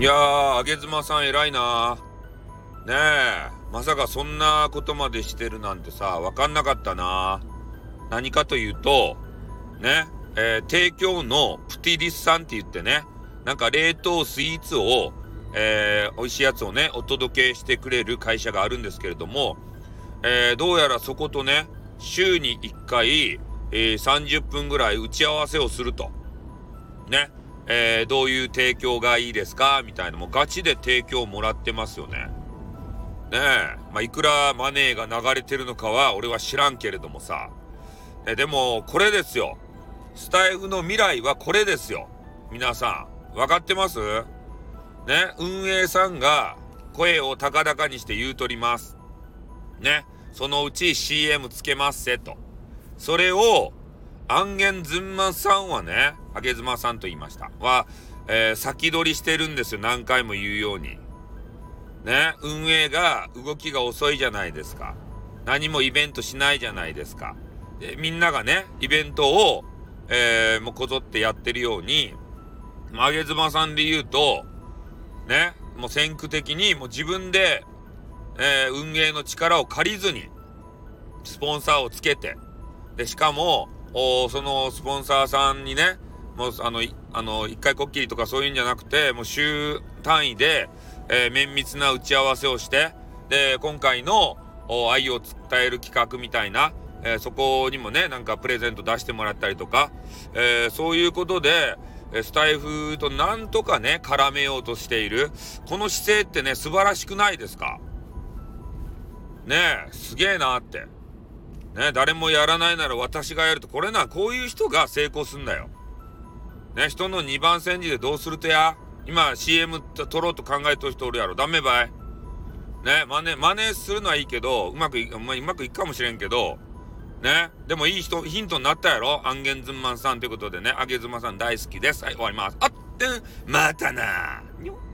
いやー、あげずまさん偉いな。ねえ、まさかそんなことまでしてるなんてさ、わかんなかったな。何かというと、ね、提供のプティリスさんって言ってね、なんか冷凍スイーツを、美味しいやつをね、お届けしてくれる会社があるんですけれども、どうやらそことね、週に1回、30分ぐらい打ち合わせをすると。ね。どういう提供がいいですかみたいな、もうガチで提供もらってますよね。ねえ。まあ、いくらマネーが流れてるのかは俺は知らんけれどもさ。でも、これですよ。スタイフの未来はこれですよ。皆さん、わかってます？ね。運営さんが声を高々にして言うとります。ね。そのうち CM つけますせと。それを、アンゲンズンマさんはね、あげずまさんと言いました。は、先取りしてるんですよ。何回も言うように。ね。運営が動きが遅いじゃないですか。何もイベントしないじゃないですか。で、みんながね、イベントを、もうこぞってやってるように、あげずまさんで言うと、ね、もう先駆的にもう自分で、運営の力を借りずに、スポンサーをつけて、で、しかも、そのスポンサーさんにね、もう一回こっきりとかそういうんじゃなくて、もう週単位で、綿密な打ち合わせをして、で、今回の愛を伝える企画みたいな、そこにもね、なんかプレゼント出してもらったりとか、そういうことで、スタイフとなんとかね、絡めようとしている。この姿勢ってね、素晴らしくないですか？ねえ、すげえなって。ね、誰もやらないなら私がやると、こういう人が成功すんだよ。ね、人の二番煎じでどうするとや？今 CM 撮ろうと考えとる人おるやろ。ダメばい。ね、真似するのはいいけど、うまくいくかもしれんけど、ね、でもいいヒントになったやろ。アンゲンズンマンさんということでね、あげずまさん大好きです。はい、終わります。あってん、またな。にょ